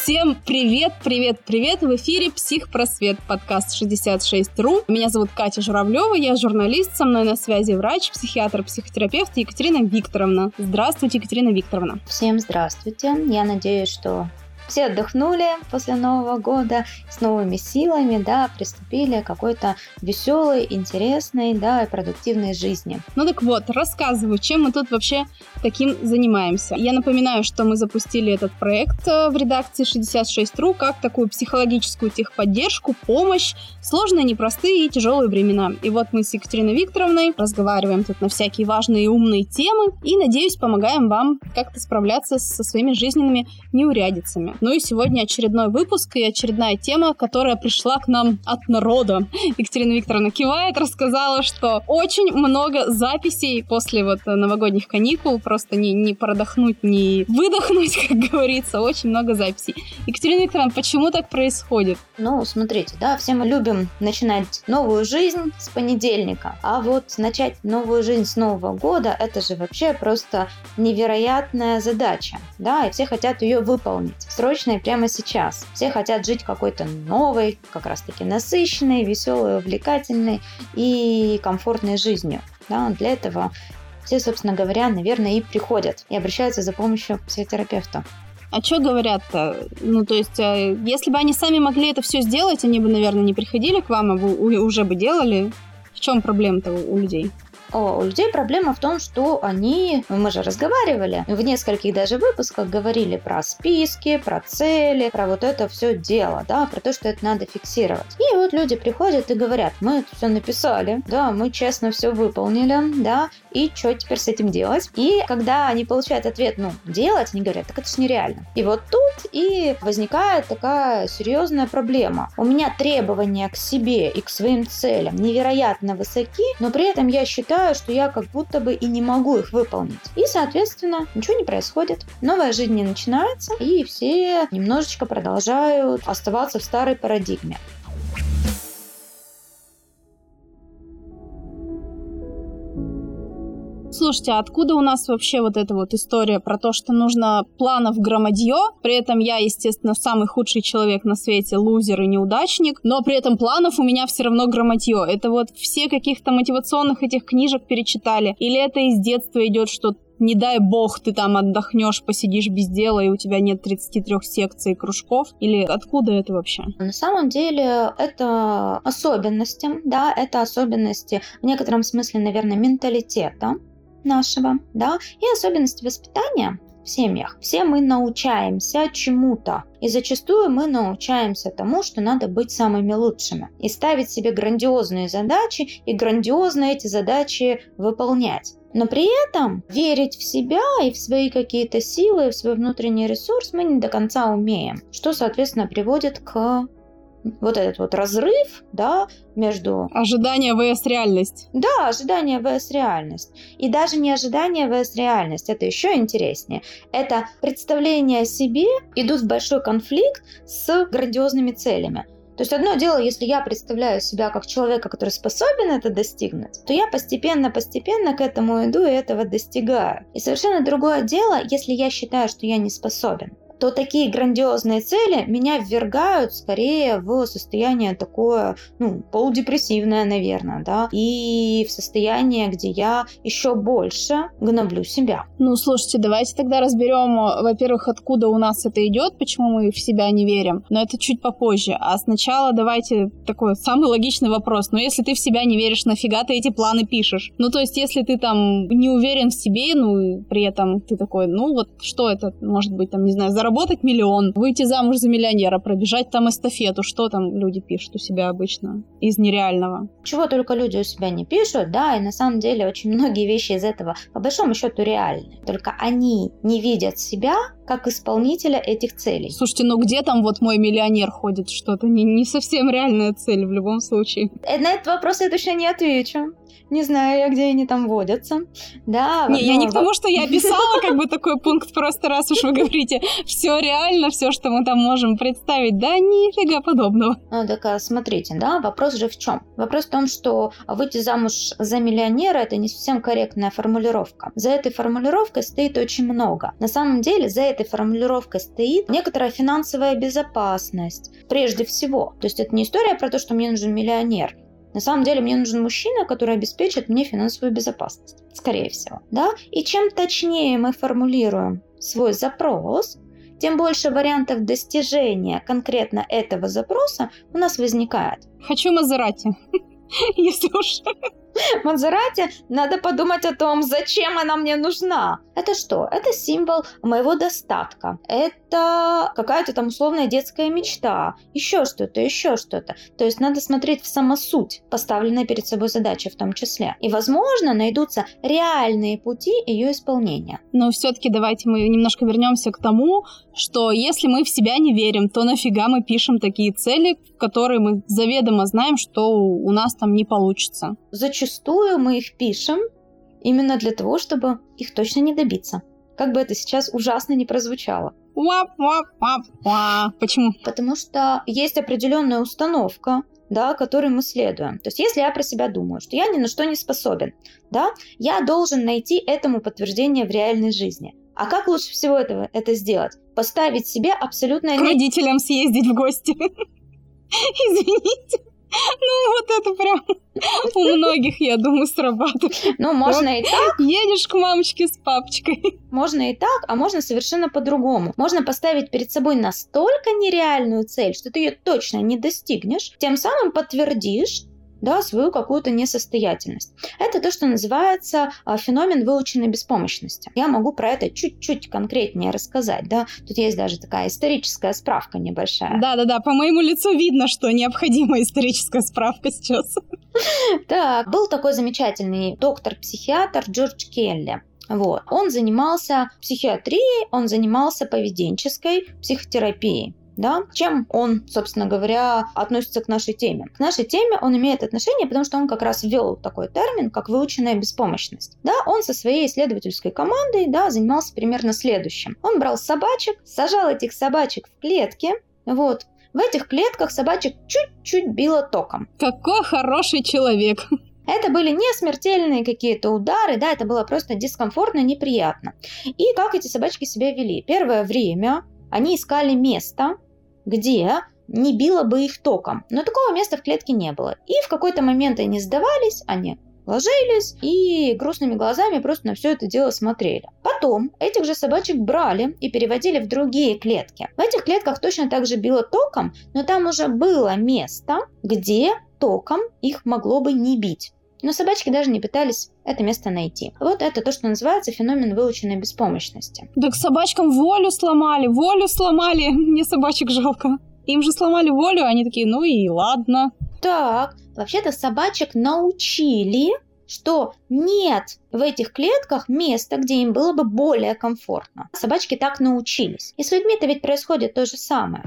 Всем привет! В эфире «Психпросвет», подкаст 66.ru. Меня зовут Катя Журавлева, я журналист, со мной на связи врач, психиатр, психотерапевт Екатерина Викторовна. Здравствуйте, Екатерина Викторовна. Всем здравствуйте. Я надеюсь, что все отдохнули после Нового года с новыми силами, приступили к какой-то веселой, интересной, и продуктивной жизни. Ну так вот, рассказываю, чем мы тут вообще таким занимаемся. Я напоминаю, что мы запустили этот проект в редакции 66.ru как такую психологическую техподдержку, помощь в сложные, непростые и тяжелые времена. И вот мы с Екатериной Викторовной разговариваем тут на всякие важные и умные темы и, надеюсь, помогаем вам как-то справляться со своими жизненными неурядицами. Ну и сегодня очередной выпуск и очередная тема, которая пришла к нам от народа. Екатерина Викторовна кивает, рассказала, что очень много записей после новогодних каникул, просто не продохнуть, не выдохнуть, как говорится, очень много записей. Екатерина Викторовна, почему так происходит? Ну, смотрите, все мы любим начинать новую жизнь с понедельника, а вот начать новую жизнь с Нового года, это же вообще просто невероятная задача, и все хотят ее выполнить. Срочно и прямо сейчас. Все хотят жить какой-то новой, как раз-таки насыщенной, веселой, увлекательной и комфортной жизнью. Для этого все, собственно говоря, наверное, и приходят и обращаются за помощью к психотерапевту. А что говорят-то? Если бы они сами могли это все сделать, они бы, наверное, не приходили к вам, а вы уже бы делали. В чем проблема-то у людей? У людей проблема в том, что мы же разговаривали, в нескольких даже выпусках говорили про списки, про цели, про вот это все дело, про то, что это надо фиксировать. И вот люди приходят и говорят: мы это все написали, мы честно все выполнили, и что теперь с этим делать? И когда они получают ответ, делать, они говорят: так это ж нереально. И вот тут и возникает такая серьезная проблема. У меня требования к себе и к своим целям невероятно высоки, но при этом я считаю, что я как будто бы и не могу их выполнить. И, соответственно, ничего не происходит. Новая жизнь не начинается, и все немножечко продолжают оставаться в старой парадигме. Слушайте, а откуда у нас вообще эта история про то, что нужно планов громадье? При этом я, естественно, самый худший человек на свете, лузер и неудачник, но при этом планов у меня все равно громадье. Это все каких-то мотивационных этих книжек перечитали? Или это из детства идет, что не дай бог ты там отдохнешь, посидишь без дела, и у тебя нет 33 секций и кружков? Или откуда это вообще? На самом деле это особенности, это особенности в некотором смысле, наверное, менталитета нашего, и особенности воспитания в семьях. Все мы научаемся чему-то, и зачастую мы научаемся тому, что надо быть самыми лучшими и ставить себе грандиозные задачи и грандиозно эти задачи выполнять. Но при этом верить в себя и в свои какие-то силы, в свой внутренний ресурс мы не до конца умеем, что, соответственно, приводит к этот разрыв, между... Ожидание vs реальность. Да, ожидание vs реальность. И даже не ожидание vs реальность, это еще интереснее. Это представления о себе идут в большой конфликт с грандиозными целями. То есть одно дело, если я представляю себя как человека, который способен это достигнуть, то я постепенно к этому иду и этого достигаю. И совершенно другое дело, если я считаю, что я не способен, то такие грандиозные цели меня ввергают скорее в состояние такое, полудепрессивное, наверное, и в состояние, где я еще больше гноблю себя. Слушайте, давайте тогда разберем, во-первых, откуда у нас это идет, почему мы в себя не верим, но это чуть попозже. А сначала давайте такой самый логичный вопрос. Если ты в себя не веришь, нафига ты эти планы пишешь? То есть, если ты там не уверен в себе, и при этом ты такой, что это может быть, не знаю, заработать миллион, выйти замуж за миллионера, пробежать там эстафету. Что там люди пишут у себя обычно из нереального? Чего только люди у себя не пишут, и на самом деле очень многие вещи из этого по большому счету реальны. Только они не видят себя как исполнителя этих целей. Слушайте, где там мой миллионер ходит? Что-то не совсем реальная цель в любом случае. На этот вопрос я точно не отвечу. Не знаю я, где они там водятся. Да, не, я не к тому, что я описала как бы такой пункт, просто раз уж вы говорите, все реально, все, что мы там можем представить, да, нифига подобного. Ну, так смотрите, да, вопрос же в чем? Вопрос в том, что выйти замуж за миллионера — это не совсем корректная формулировка. За этой формулировкой стоит очень много. На самом деле, за этой формулировкой стоит некоторая финансовая безопасность, прежде всего. То есть это не история про то, что мне нужен миллионер. На самом деле мне нужен мужчина, который обеспечит мне финансовую безопасность. Скорее всего. Да? И чем точнее мы формулируем свой запрос, тем больше вариантов достижения конкретно этого запроса у нас возникает. Хочу Мазерати, если уж... Мазерати, надо подумать о том, зачем она мне нужна. Это что? Это символ моего достатка. Это какая-то там условная детская мечта. Еще что-то, еще что-то. То есть надо смотреть в самосуть поставленной перед собой задачи в том числе. И, возможно, найдутся реальные пути ее исполнения. Но все-таки давайте мы немножко вернемся к тому, что если мы в себя не верим, то нафига мы пишем такие цели, в которые мы заведомо знаем, что у нас там не получится. Зачастую мы их пишем именно для того, чтобы их точно не добиться. Как бы это сейчас ужасно не прозвучало. Почему? Потому что есть определенная установка, да, которой мы следуем. То есть если я про себя думаю, что я ни на что не способен, да, я должен найти этому подтверждение в реальной жизни. А как лучше всего это сделать? Поставить себе абсолютно... К родителям съездить в гости. Извините. Ну, вот это прям у многих, я думаю, срабатывает. Ну, можно и так. Едешь к мамочке с папочкой. Можно и так, а можно совершенно по-другому. Можно поставить перед собой настолько нереальную цель, что ты ее точно не достигнешь, тем самым подтвердишь, да, свою какую-то несостоятельность. Это то, что называется феномен выученной беспомощности. Я могу про это чуть-чуть конкретнее рассказать. Да? Тут есть даже такая историческая справка небольшая. Да-да-да, по моему лицу видно, что необходима историческая справка сейчас. Так, был такой замечательный доктор-психиатр Джордж Келли. Вот. Он занимался психиатрией, он занимался поведенческой психотерапией. Да? Чем он, собственно говоря, относится к нашей теме? К нашей теме он имеет отношение, потому что он как раз ввел такой термин, как выученная беспомощность. Да? Он со своей исследовательской командой, да, занимался примерно следующим. Он брал собачек, сажал этих собачек в клетки, вот. В этих клетках собачек чуть-чуть било током. Какой хороший человек! Это были не смертельные какие-то удары, да, это было просто дискомфортно, неприятно. И как эти собачки себя вели? Первое время они искали место, где не било бы их током. Но такого места в клетке не было. И в какой-то момент они сдавались, они ложились и грустными глазами просто на все это дело смотрели. Потом этих же собачек брали и переводили в другие клетки. В этих клетках точно так же било током, но там уже было место, где током их могло бы не бить. Но собачки даже не пытались это место найти. Вот это то, что называется феномен выученной беспомощности. Так собачкам волю сломали. Мне собачек жалко. Им же сломали волю, они такие, ну и ладно. Так, вообще-то собачек научили, что нет в этих клетках места, где им было бы более комфортно. Собачки так научились. И с людьми-то ведь происходит то же самое.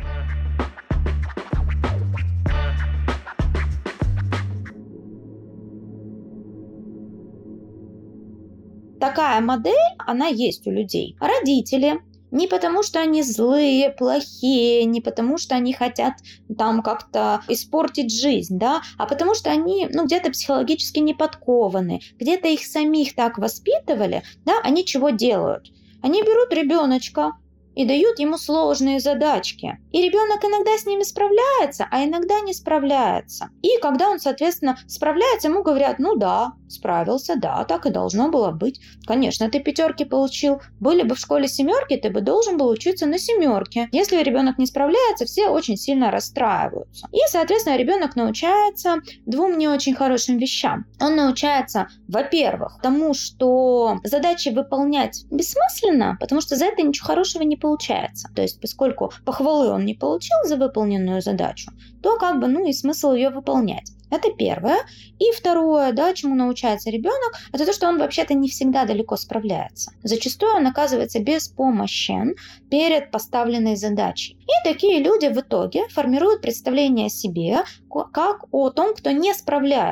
Такая модель, она есть у людей. Родители не потому, что они злые, плохие, не потому, что они хотят там как-то испортить жизнь, да, а потому что они, где-то психологически не подкованы, где-то их самих так воспитывали, да, они чего делают? Они берут ребеночка и дают ему сложные задачки. И ребенок иногда с ними справляется, а иногда не справляется. И когда он, соответственно, справляется, ему говорят, ну да, справился, да, так и должно было быть. Конечно, ты 5 получил. Были бы в школе 7, ты бы должен был учиться на 7. Если ребенок не справляется, все очень сильно расстраиваются. И, соответственно, ребенок научается 2 не очень хорошим вещам. Он научается, во-первых, тому, что задачи выполнять бессмысленно, потому что за это ничего хорошего не получается. То есть, поскольку похвалы он не получил за выполненную задачу, то и смысл ее выполнять. Это первое. И второе, да, чему научается ребенок, это то, что он вообще-то не всегда далеко справляется. Зачастую он оказывается беспомощен перед поставленной задачей. И такие люди в итоге формируют представление о себе как о том, кто не справляется.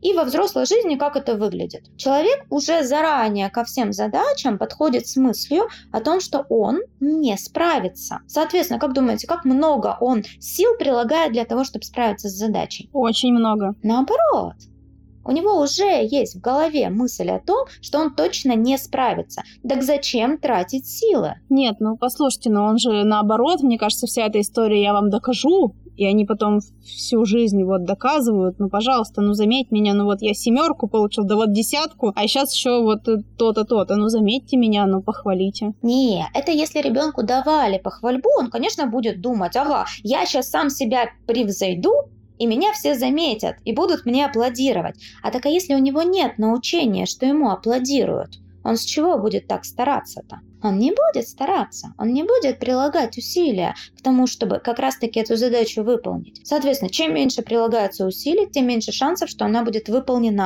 И во взрослой жизни как это выглядит? Человек уже заранее ко всем задачам подходит с мыслью о том, что он не справится. Соответственно, как думаете, как много он сил прилагает для того, чтобы справиться с задачей? Очень много. Наоборот. У него уже есть в голове мысль о том, что он точно не справится. Так зачем тратить силы? Нет, послушайте, он же наоборот, мне кажется, вся эта история «я вам докажу», и они потом всю жизнь доказывают, пожалуйста, заметь меня, я 7 получил, да 10, а сейчас еще то-то, то-то, заметьте меня, похвалите. Не, это если ребенку давали похвальбу, он, конечно, будет думать, ага, я сейчас сам себя превзойду, и меня все заметят, и будут мне аплодировать. А если у него нет научения, что ему аплодируют, он с чего будет так стараться-то? Он не будет стараться, он не будет прилагать усилия к тому, чтобы как раз-таки эту задачу выполнить. Соответственно, чем меньше прилагается усилий, тем меньше шансов, что она будет выполнена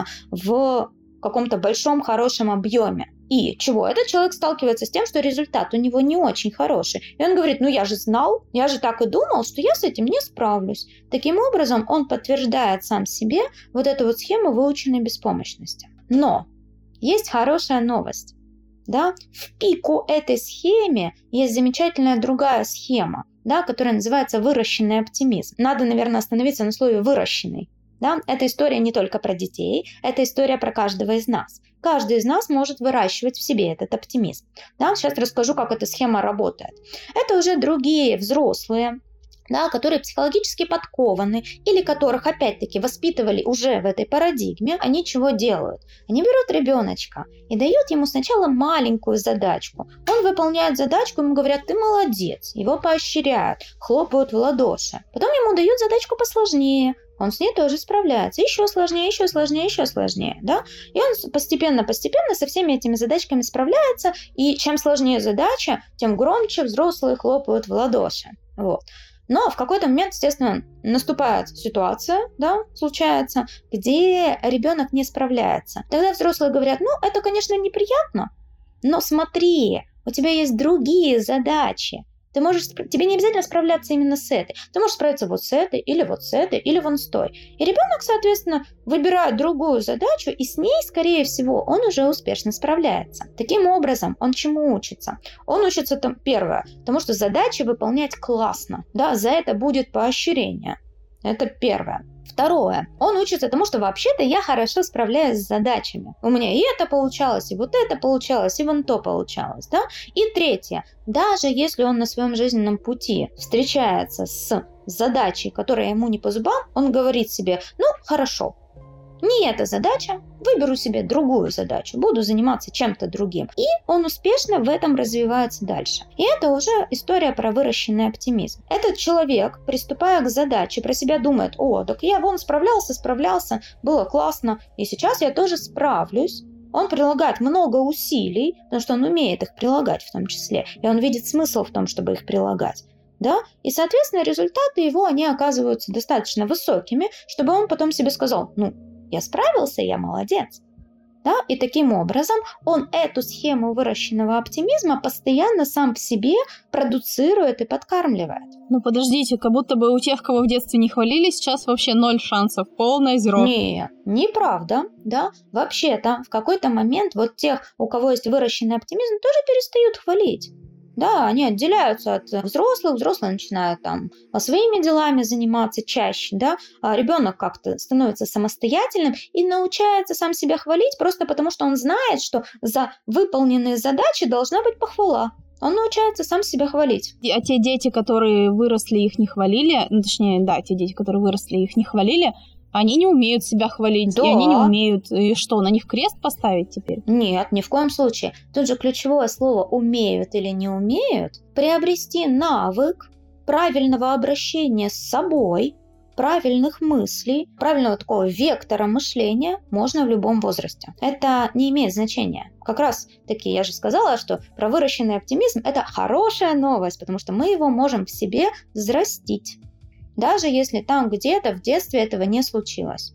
в каком-то большом, хорошем объеме. И чего? Этот человек сталкивается с тем, что результат у него не очень хороший. И он говорит, я же знал, я же так и думал, что я с этим не справлюсь. Таким образом, он подтверждает сам себе эту схему выученной беспомощности. Но есть хорошая новость. Да? В пику этой схеме есть замечательная другая схема, да, которая называется выращенный оптимизм. Надо, наверное, остановиться на слове «выращенный». Да? Эта история не только про детей, это история про каждого из нас. Каждый из нас может выращивать в себе этот оптимизм. Да? Сейчас расскажу, как эта схема работает. Это уже другие взрослые, да, которые психологически подкованы или которых, опять-таки, воспитывали уже в этой парадигме, они чего делают? Они берут ребеночка и дают ему сначала маленькую задачку. Он выполняет задачку, ему говорят, ты молодец, его поощряют, хлопают в ладоши. Потом ему дают задачку посложнее, он с ней тоже справляется. Еще сложнее, еще сложнее, еще сложнее. Да? И он постепенно со всеми этими задачками справляется. И чем сложнее задача, тем громче взрослые хлопают в ладоши. Вот. Но в какой-то момент, естественно, наступает ситуация, да, случается, где ребенок не справляется. Тогда взрослые говорят, это, конечно, неприятно, но смотри, у тебя есть другие задачи. Тебе не обязательно справляться именно с этой. Ты можешь справиться с этой, или вон с той. И ребенок, соответственно, выбирает другую задачу, и с ней, скорее всего, он уже успешно справляется. Таким образом, он чему учится? Он учится, первое, тому, что задачи выполнять классно. Да, за это будет поощрение. Это первое. Второе. Он учится тому, что вообще-то я хорошо справляюсь с задачами. У меня и это получалось, и это получалось, и вон то получалось. Да? И третье. Даже если он на своем жизненном пути встречается с задачей, которая ему не по зубам, он говорит себе, хорошо, не эта задача, выберу себе другую задачу, буду заниматься чем-то другим. И он успешно в этом развивается дальше. И это уже история про выращенный оптимизм. Этот человек, приступая к задаче, про себя думает, так я справлялся, было классно, и сейчас я тоже справлюсь. Он прилагает много усилий, потому что он умеет их прилагать в том числе, и он видит смысл в том, чтобы их прилагать. Да? И, соответственно, результаты его, они оказываются достаточно высокими, чтобы он потом себе сказал, я справился, я молодец. Да? И таким образом он эту схему выращенного оптимизма постоянно сам в себе продуцирует и подкармливает. Подождите, как будто бы у тех, кого в детстве не хвалили, сейчас вообще 0 шансов, полное зеро. Нет, неправда. Да? Вообще-то в какой-то момент тех, у кого есть выращенный оптимизм, тоже перестают хвалить. Да, они отделяются от взрослых, взрослые начинают своими делами заниматься чаще, да, а ребенок как-то становится самостоятельным и научается сам себя хвалить просто потому, что он знает, что за выполненные задачи должна быть похвала. Он научается сам себя хвалить. А те дети, которые выросли, их не хвалили, те дети, которые выросли, их не хвалили, они не умеют себя хвалить, да. И они не умеют. И что, на них крест поставить теперь? Нет, ни в коем случае. Тут же ключевое слово «умеют» или «не умеют». Приобрести навык правильного обращения с собой, правильных мыслей, правильного такого вектора мышления можно в любом возрасте. Это не имеет значения. Как раз таки я же сказала, что про выращенный оптимизм – это хорошая новость, потому что мы его можем в себе взрастить. Даже если там где-то в детстве этого не случилось.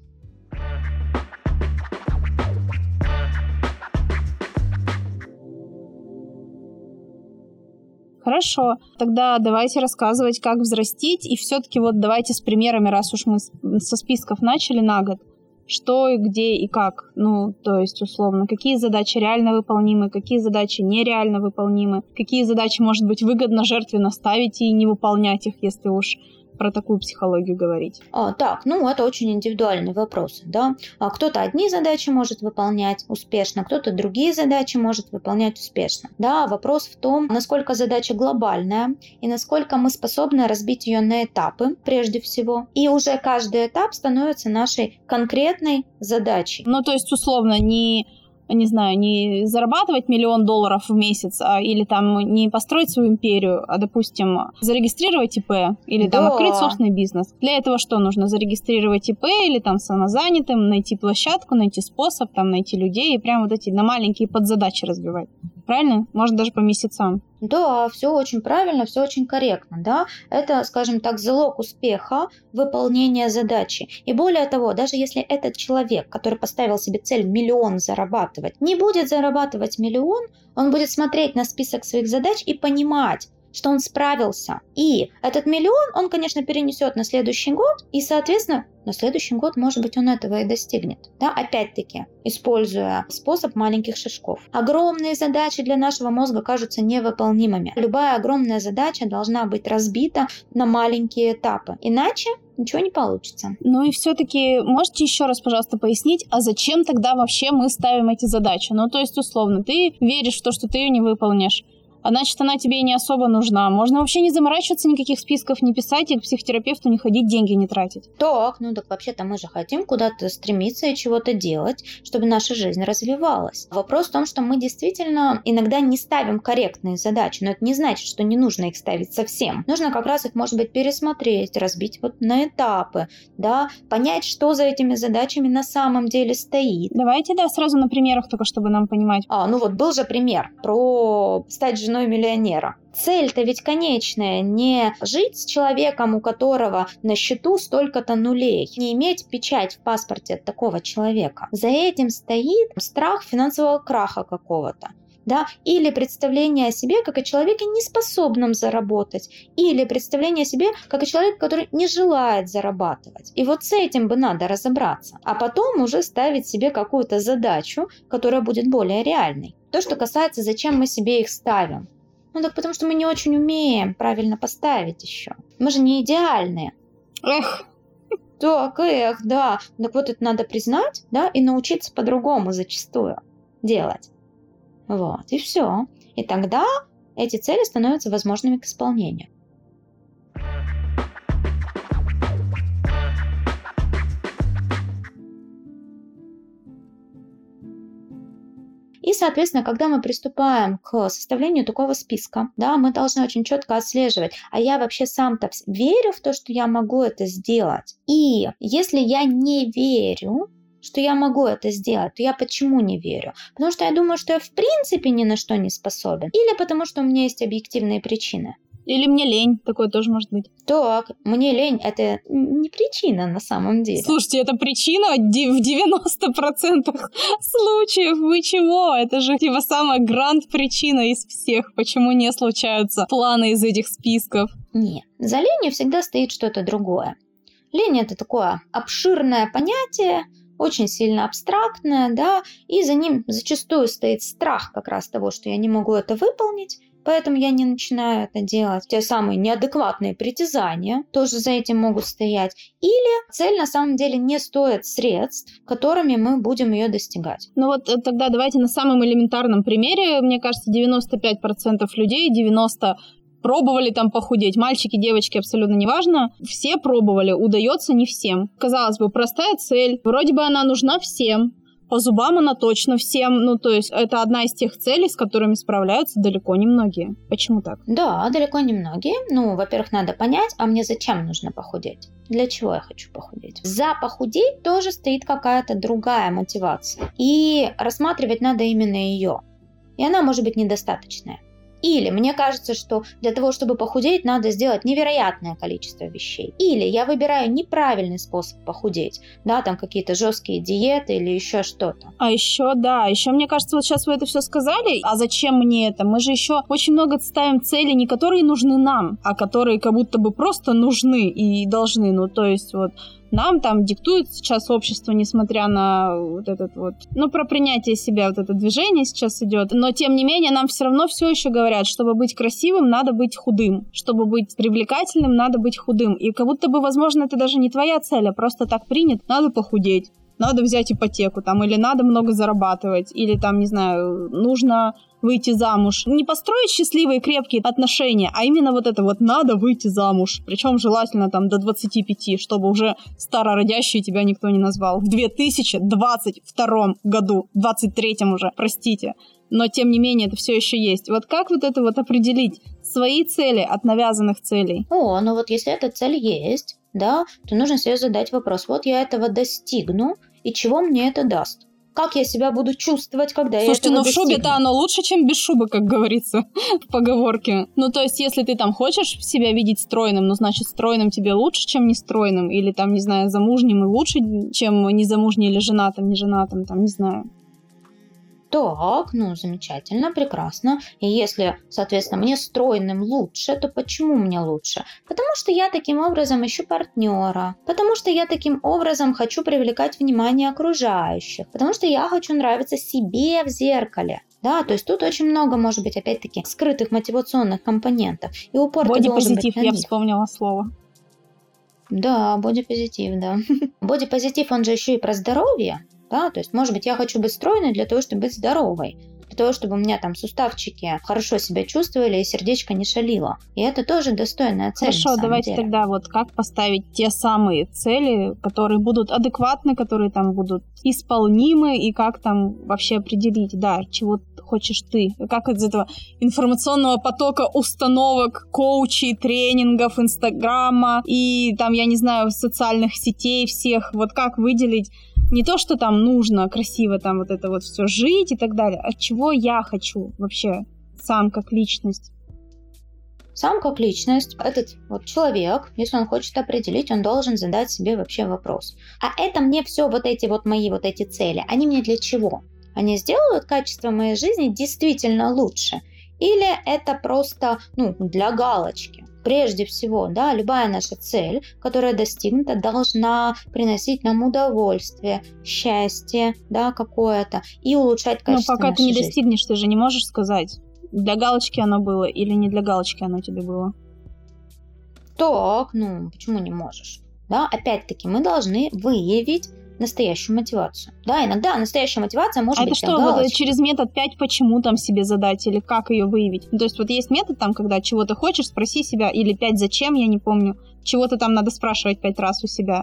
Хорошо, тогда давайте рассказывать, как взрастить, и все-таки давайте с примерами, раз уж мы со списков начали на год. что и где и как. Ну, то есть, условно, какие задачи реально выполнимы, какие задачи нереально выполнимы, какие задачи, может быть, выгодно жертвенно ставить и не выполнять их, если уж про такую психологию говорить. Так, это очень индивидуальный вопрос, да. Кто-то одни задачи может выполнять успешно, кто-то другие задачи может выполнять успешно. Да, вопрос в том, насколько задача глобальная и насколько мы способны разбить ее на этапы, прежде всего. И уже каждый этап становится нашей конкретной задачей. Ну, то есть, условно, не зарабатывать $1 миллион в месяц, или там не построить свою империю, а, допустим, зарегистрировать ИП, или там открыть собственный бизнес. Для этого что нужно? Зарегистрировать ИП или там самозанятым, найти площадку, найти способ, там найти людей и прям вот эти на маленькие подзадачи разбивать. Правильно? Может, даже по месяцам. Да, все очень правильно, все очень корректно, да. Это, скажем так, залог успеха выполнения задачи. И более того, даже если этот человек, который поставил себе цель 1 миллион зарабатывать, не будет зарабатывать 1 миллион, он будет смотреть на список своих задач и понимать, что он справился. И этот 1 миллион он, конечно, перенесет на следующий год, и, соответственно, на следующий год, может быть, он этого и достигнет. Да? Опять-таки, используя способ маленьких шажков. Огромные задачи для нашего мозга кажутся невыполнимыми. Любая огромная задача должна быть разбита на маленькие этапы. Иначе ничего не получится. Ну и все-таки можете еще раз, пожалуйста, пояснить, а зачем тогда вообще мы ставим эти задачи? Ну, то есть, условно, ты веришь в то, что ты ее не выполнишь. А значит, она тебе и не особо нужна. Можно вообще не заморачиваться, никаких списков не писать и к психотерапевту не ходить, деньги не тратить. Так вообще-то мы же хотим куда-то стремиться и чего-то делать, чтобы наша жизнь развивалась. Вопрос в том, что мы действительно иногда не ставим корректные задачи, но это не значит, что не нужно их ставить совсем. Нужно как раз их, может быть, пересмотреть, разбить вот на этапы, да, понять, что за этими задачами на самом деле стоит. Давайте, сразу на примерах только, чтобы нам понимать. Был же пример про стать женой миллионера. Цель-то ведь конечная, не жить с человеком, у которого на счету столько-то нулей, не иметь печать в паспорте от такого человека. За этим стоит страх финансового краха какого-то. Да? Или представление о себе как о человеке, не способном заработать, или представление о себе как о человеке, который не желает зарабатывать. И вот с этим бы надо разобраться, а потом уже ставить себе какую-то задачу, которая будет более реальной. То, что касается, зачем мы себе их ставим. Так потому что мы не очень умеем правильно поставить еще. Мы же не идеальные. Да. Так вот это надо признать, да, и научиться по-другому зачастую делать. Вот, и все. И тогда эти цели становятся возможными к исполнению. И, соответственно, когда мы приступаем к составлению такого списка, да, мы должны очень четко отслеживать, а я вообще сам-то верю в то, что я могу это сделать. И если я не верю, что я могу это сделать, то я почему не верю? Потому что я думаю, что я в принципе ни на что не способен. Или потому что у меня есть объективные причины. Или мне лень, такое тоже может быть. Так, мне лень — это не причина на самом деле. Слушайте, это причина в 90% случаев. Вы чего? Это же самая гранд-причина из всех, почему не случаются планы из этих списков. Нет, за ленью всегда стоит что-то другое. Лень — это такое обширное понятие, очень сильно абстрактное, да, и за ним зачастую стоит страх как раз того, что я не могу это выполнить, поэтому я не начинаю это делать. Те самые неадекватные притязания тоже за этим могут стоять. Или цель на самом деле не стоит средств, которыми мы будем ее достигать. Ну вот тогда давайте на самом элементарном примере. Мне кажется, 95% людей, 90% пробовали там похудеть. Мальчики, девочки, абсолютно неважно. Все пробовали, удается не всем. Казалось бы, простая цель. Вроде бы она нужна всем. По зубам она точно всем. Ну, то есть это одна из тех целей, с которыми справляются далеко не многие. Почему так? Да, далеко не многие. Во-первых, надо понять, а мне зачем нужно похудеть? Для чего я хочу похудеть? За похудеть тоже стоит какая-то другая мотивация. И рассматривать надо именно ее. И она может быть недостаточная. Или мне кажется, что для того, чтобы похудеть, надо сделать невероятное количество вещей. Или я выбираю неправильный способ похудеть. Да, там какие-то жесткие диеты или еще что-то. А еще, мне кажется, вот сейчас вы это все сказали, а зачем мне это? Мы же еще очень много ставим цели, не которые нужны нам, а которые как будто бы просто нужны и должны. Ну, то есть вот Нам там диктует сейчас общество, несмотря на вот этот вот, про принятие себя, вот это движение сейчас идет, но тем не менее нам все равно все еще говорят, чтобы быть красивым, надо быть худым, чтобы быть привлекательным, надо быть худым, и как будто бы, возможно, это даже не твоя цель, а просто так принято, надо похудеть. Надо взять ипотеку, там, или надо много зарабатывать, или там, не знаю, нужно выйти замуж. Не построить счастливые, крепкие отношения, а именно вот это вот надо выйти замуж. Причем желательно там до 25, чтобы уже старородящей тебя никто не назвал. В 2022 году, 23-м уже, простите. Но, тем не менее, это все еще есть. Вот как вот это вот определить свои цели от навязанных целей? Ну вот если эта цель есть, да, то нужно себе задать вопрос. Вот я этого достигну, и чего мне это даст? Как я себя буду чувствовать, когда я этого достигну? Слушайте, в шубе-то оно лучше, чем без шубы, как говорится в поговорке. То есть, если ты там хочешь себя видеть стройным, значит, стройным тебе лучше, чем нестройным, или там, не знаю, замужним и лучше, чем незамужним или женатым, неженатым, там, не знаю. Так, замечательно, прекрасно. И если, соответственно, мне стройным лучше, то почему мне лучше? Потому что я таким образом ищу партнера, потому что я таким образом хочу привлекать внимание окружающих, потому что я хочу нравиться себе в зеркале. Да, то есть тут очень много, может быть, опять-таки, скрытых мотивационных компонентов. И упор-то должен быть на я них. вспомнила слово. Да, бодипозитив, да. Бодипозитив, он же еще и про здоровье. Да, то есть, может быть, я хочу быть стройной для того, чтобы быть здоровой, для того, чтобы у меня там суставчики хорошо себя чувствовали и сердечко не шалило. И это тоже достойная цель. Хорошо, давайте тогда вот как поставить те самые цели, которые будут адекватны, которые там будут исполнимы, и как там вообще определить, да, чего хочешь ты, как из этого информационного потока установок, коучей, тренингов, Инстаграма и там, я не знаю, социальных сетей всех, вот как выделить не то, что там нужно красиво там вот это вот все жить и так далее, а чего я хочу вообще сам как личность. Сам как личность, этот вот человек, если он хочет определить, он должен задать себе вообще вопрос. А это мне все вот эти вот мои вот эти цели, они мне для чего? Они сделают качество моей жизни действительно лучше? Или это просто, для галочки? Прежде всего, да, любая наша цель, которая достигнута, должна приносить нам удовольствие, счастье, да, какое-то, и улучшать качество пока нашей ты не жизни. достигнешь, ты же не можешь сказать, для галочки оно было или не для галочки оно тебе было. Так, почему не можешь? Да, опять-таки, мы должны выявить настоящую мотивацию. Да, иногда настоящая мотивация может быть для галочки. А это что, вот через метод 5 почему там себе задать, или как ее выявить? То есть вот есть метод там, когда чего ты хочешь, спроси себя, или 5 зачем, я не помню. Чего-то там надо спрашивать 5 раз у себя.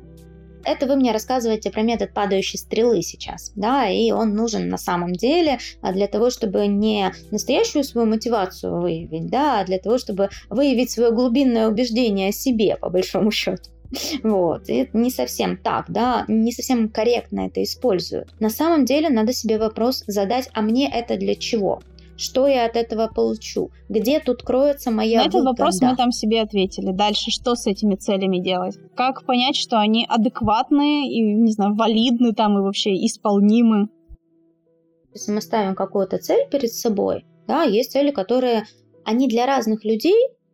Это вы мне рассказываете про метод падающей стрелы сейчас, да, и он нужен на самом деле для того, чтобы не настоящую свою мотивацию выявить, да, а для того, чтобы выявить свое глубинное убеждение о себе, по большому счету. Вот, и это не совсем так, да, не совсем корректно это используют. На самом деле надо себе вопрос задать, а мне это для чего? Что я от этого получу? Где тут кроется моя выгода? На этот вопрос мы там себе ответили. Дальше что с этими целями делать? Как понять, что они адекватные и, не знаю, валидны там и вообще исполнимы? Если мы ставим какую-то цель перед собой, да, есть цели, которые, они для разных людей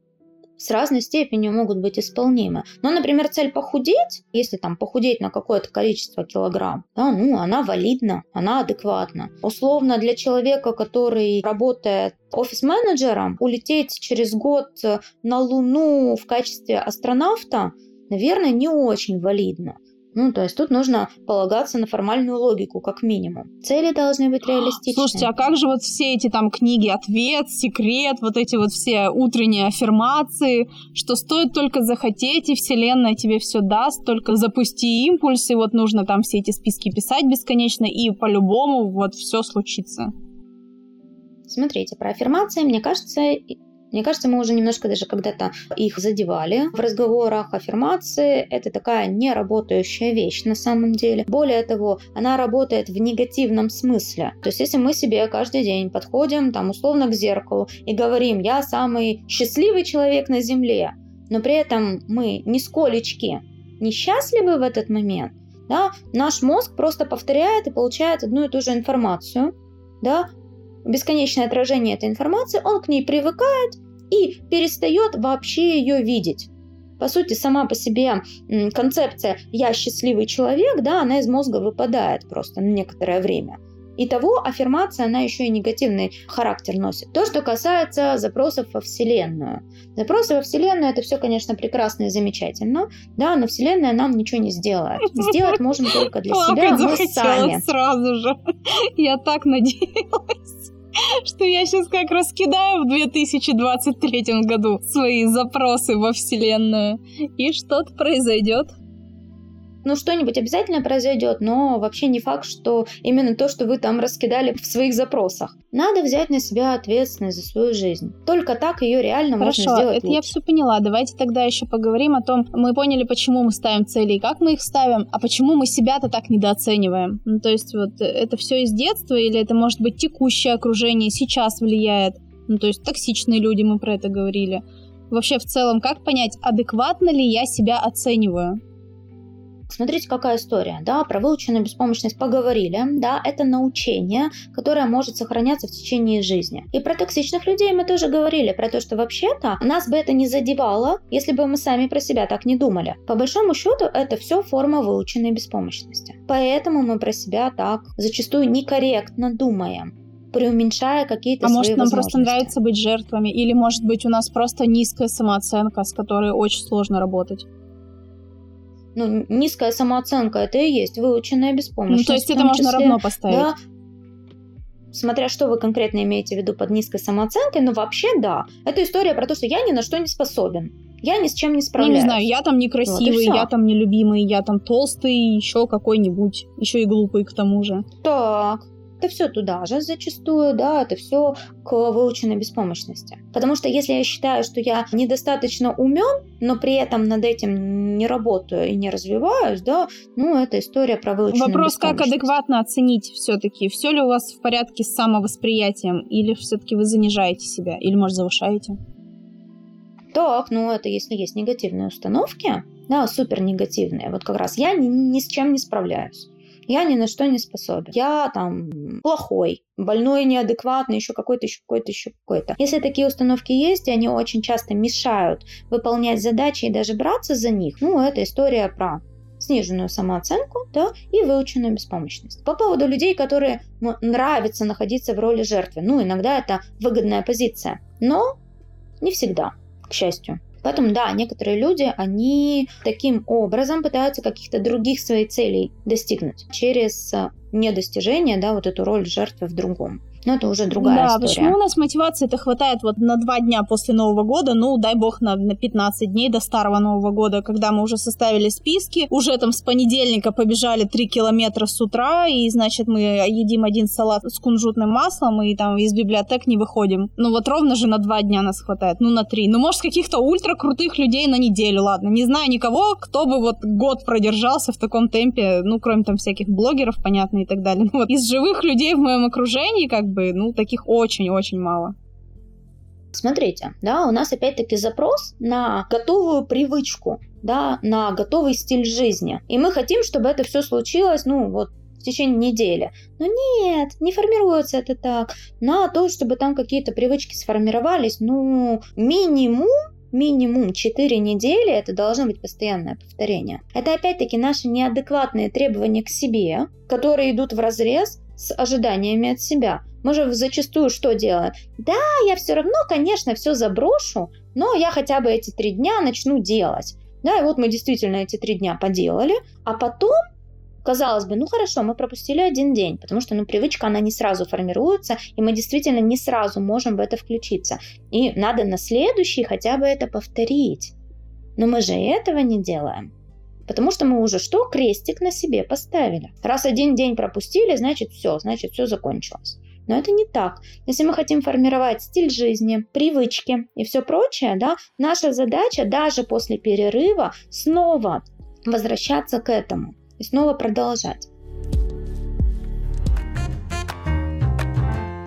с разной степенью могут быть исполнимы. Например, цель похудеть, если там похудеть на какое-то количество килограмм, да, она валидна, она адекватна. Условно для человека, который работает офис-менеджером, улететь через год на Луну в качестве астронавта, наверное, не очень валидно. То есть тут нужно полагаться на формальную логику, как минимум. Цели должны быть реалистичны. Слушайте, а как же вот все эти там книги «Ответ», «Секрет», вот эти вот все утренние аффирмации, что стоит только захотеть, и Вселенная тебе все даст, только запусти импульс, и вот нужно там все эти списки писать бесконечно, и по-любому вот все случится. Смотрите, про аффирмации, мне кажется, мы уже немножко даже когда-то их задевали в разговорах. Аффирмации – это такая неработающая вещь на самом деле. Более того, она работает в негативном смысле. То есть, если мы себе каждый день подходим там условно к зеркалу и говорим «я самый счастливый человек на земле», но при этом мы нисколечки несчастливы в этот момент, да, наш мозг просто повторяет и получает одну и ту же информацию, да, бесконечное отражение этой информации, он к ней привыкает и перестает вообще ее видеть. По сути, сама по себе концепция «я счастливый человек», да, она из мозга выпадает просто на некоторое время. Итого аффирмация, она еще и негативный характер носит. То, что касается запросов во Вселенную. Запросы во Вселенную — это все, конечно, прекрасно и замечательно, да, но Вселенная нам ничего не сделает. Сделать можем только для себя мы сами. Сразу же. Я так надеялась, что я сейчас как раскидаю в 2023 году свои запросы во Вселенную, и что-то произойдет. Ну, что-нибудь обязательно произойдет, но вообще не факт, что именно то, что вы там раскидали в своих запросах. Надо взять на себя ответственность за свою жизнь. Только так ее реально можно сделать лучше. Это я все поняла. Давайте тогда еще поговорим о том, мы поняли, почему мы ставим цели и как мы их ставим, а почему мы себя-то так недооцениваем. Ну, то есть вот это все из детства или это может быть текущее окружение сейчас влияет? Ну, то есть токсичные люди, мы про это говорили. Вообще в целом, как понять, адекватно ли я себя оцениваю? Смотрите, какая история, да, про выученную беспомощность поговорили, да, это научение, которое может сохраняться в течение жизни. И про токсичных людей мы тоже говорили, про то, что вообще-то нас бы это не задевало, если бы мы сами про себя так не думали. По большому счету, это все форма выученной беспомощности. Поэтому мы про себя так зачастую некорректно думаем, преуменьшая какие-то свои возможности. А может, нам просто нравится быть жертвами, или, может быть, у нас просто низкая самооценка, с которой очень сложно работать. Ну, низкая самооценка — это и есть выученная беспомощность. Ну, то есть это можно равно поставить. Да. Смотря что вы конкретно имеете в виду под низкой самооценкой, но вообще да. Это история про то, что я ни на что не способен. Я ни с чем не справляюсь. Ну, не знаю, я там некрасивый, я там нелюбимый, я там толстый, еще какой-нибудь. Еще и глупый к тому же. Так. Это все туда же зачастую, да, это все к выученной беспомощности. Потому что если я считаю, что я недостаточно умен, но при этом над этим не работаю и не развиваюсь, да, ну, это история про выученную беспомощность. Вопрос, как адекватно оценить все-таки, все ли у вас в порядке с самовосприятием, или все-таки вы занижаете себя, или, может, завышаете? Так, ну, это если есть негативные установки, да, супер негативные, вот как раз я ни с чем не справляюсь. Я ни на что не способен. Я там плохой, больной, неадекватный, еще какой-то. Если такие установки есть, и они очень часто мешают выполнять задачи и даже браться за них, ну, это история про сниженную самооценку, да, и выученную беспомощность. По поводу людей, которые нравится находиться в роли жертвы, ну, иногда это выгодная позиция, но не всегда, к счастью. Поэтому, да, некоторые люди, они таким образом пытаются каких-то других своих целей достигнуть через недостижение, да, вот эту роль жертвы в другом. Но это уже другая история. Да, почему у нас мотивации-то хватает вот на 2 дня после Нового года, ну, дай бог, на 15 дней до Старого Нового года, когда мы уже составили списки, уже там с понедельника побежали 3 километра с утра, и, значит, мы едим один салат с кунжутным маслом, и там из библиотек не выходим. Ну, вот ровно же на 2 дня нас хватает, ну, на 3. Ну, может, каких-то ультракрутых людей на неделю, ладно. Не знаю никого, кто бы вот год продержался в таком темпе, ну, кроме там всяких блогеров, понятно, и так далее. Ну, вот из живых людей в моем окружении, как бы, ну, таких очень-очень мало. Смотрите, да, у нас опять-таки запрос на готовую привычку, да, на готовый стиль жизни. И мы хотим, чтобы это все случилось, ну, вот, в течение недели. Но нет, не формируется это так. На то, чтобы там какие-то привычки сформировались, ну, минимум 4 недели, это должно быть постоянное повторение. Это опять-таки наши неадекватные требования к себе, которые идут вразрез с ожиданиями от себя. Мы же зачастую что делаем? Да, я все равно, конечно, все заброшу, но я хотя бы эти 3 дня начну делать. Да, и вот мы действительно эти 3 дня поделали, а потом, казалось бы, ну хорошо, мы пропустили 1 день, потому что, ну, привычка, она не сразу формируется, и мы действительно не сразу можем в это включиться. И надо на следующий хотя бы это повторить. Но мы же этого не делаем. Потому что мы уже что? Крестик на себе поставили. Раз 1 день пропустили, значит все закончилось. Но это не так. Если мы хотим формировать стиль жизни, привычки и все прочее, да, наша задача даже после перерыва снова возвращаться к этому и снова продолжать.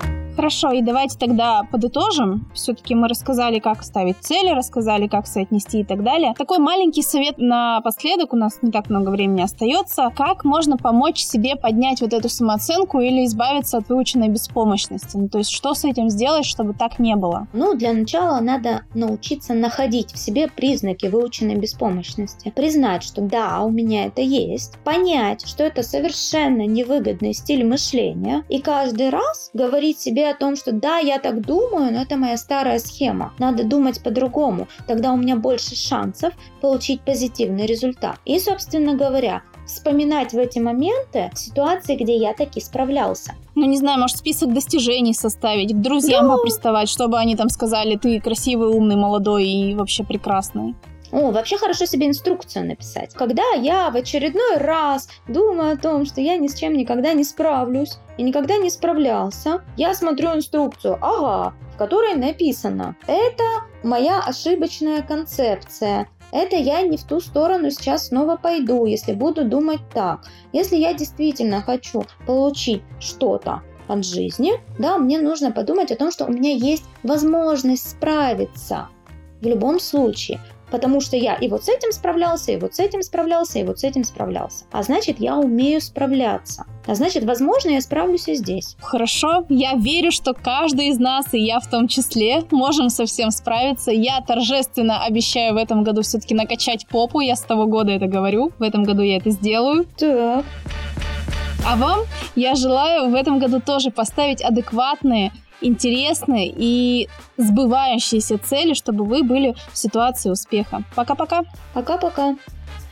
Хорошо, и давайте тогда подытожим. Все-таки мы рассказали, как ставить цели, рассказали, как соотнести и так далее. Такой маленький совет напоследок, у нас не так много времени остается. Как можно помочь себе поднять вот эту самооценку или избавиться от выученной беспомощности? Ну, то есть что с этим сделать, чтобы так не было? Ну, для начала надо научиться находить в себе признаки выученной беспомощности. Признать, что да, у меня это есть. Понять, что это совершенно невыгодный стиль мышления. И каждый раз говорить себе о том, что да, я так думаю, но это моя старая схема. Надо думать по-другому. Тогда у меня больше шансов получить позитивный результат. И, собственно говоря, вспоминать в эти моменты ситуации, где я таки справлялся. Ну, не знаю, может, список достижений составить, к друзьям поприставать, чтобы они там сказали, ты красивый, умный, молодой и вообще прекрасный. Вообще хорошо себе инструкцию написать. Когда я в очередной раз думаю о том, что я ни с чем никогда не справлюсь и никогда не справлялся, я смотрю инструкцию, в которой написано: это моя ошибочная концепция. Это я не в ту сторону сейчас снова пойду, если буду думать так. Если я действительно хочу получить что-то от жизни, да, мне нужно подумать о том, что у меня есть возможность справиться в любом случае. Потому что я и вот с этим справлялся, и вот с этим справлялся, и вот с этим справлялся. А значит, я умею справляться. А значит, возможно, я справлюсь и здесь. Хорошо, я верю, что каждый из нас, и я в том числе, можем со всем справиться. Я торжественно обещаю в этом году все-таки накачать попу. Я с того года это говорю. В этом году я это сделаю. Так. А вам я желаю в этом году тоже поставить адекватные, интересные и сбывающиеся цели, чтобы вы были в ситуации успеха. Пока-пока. Пока-пока.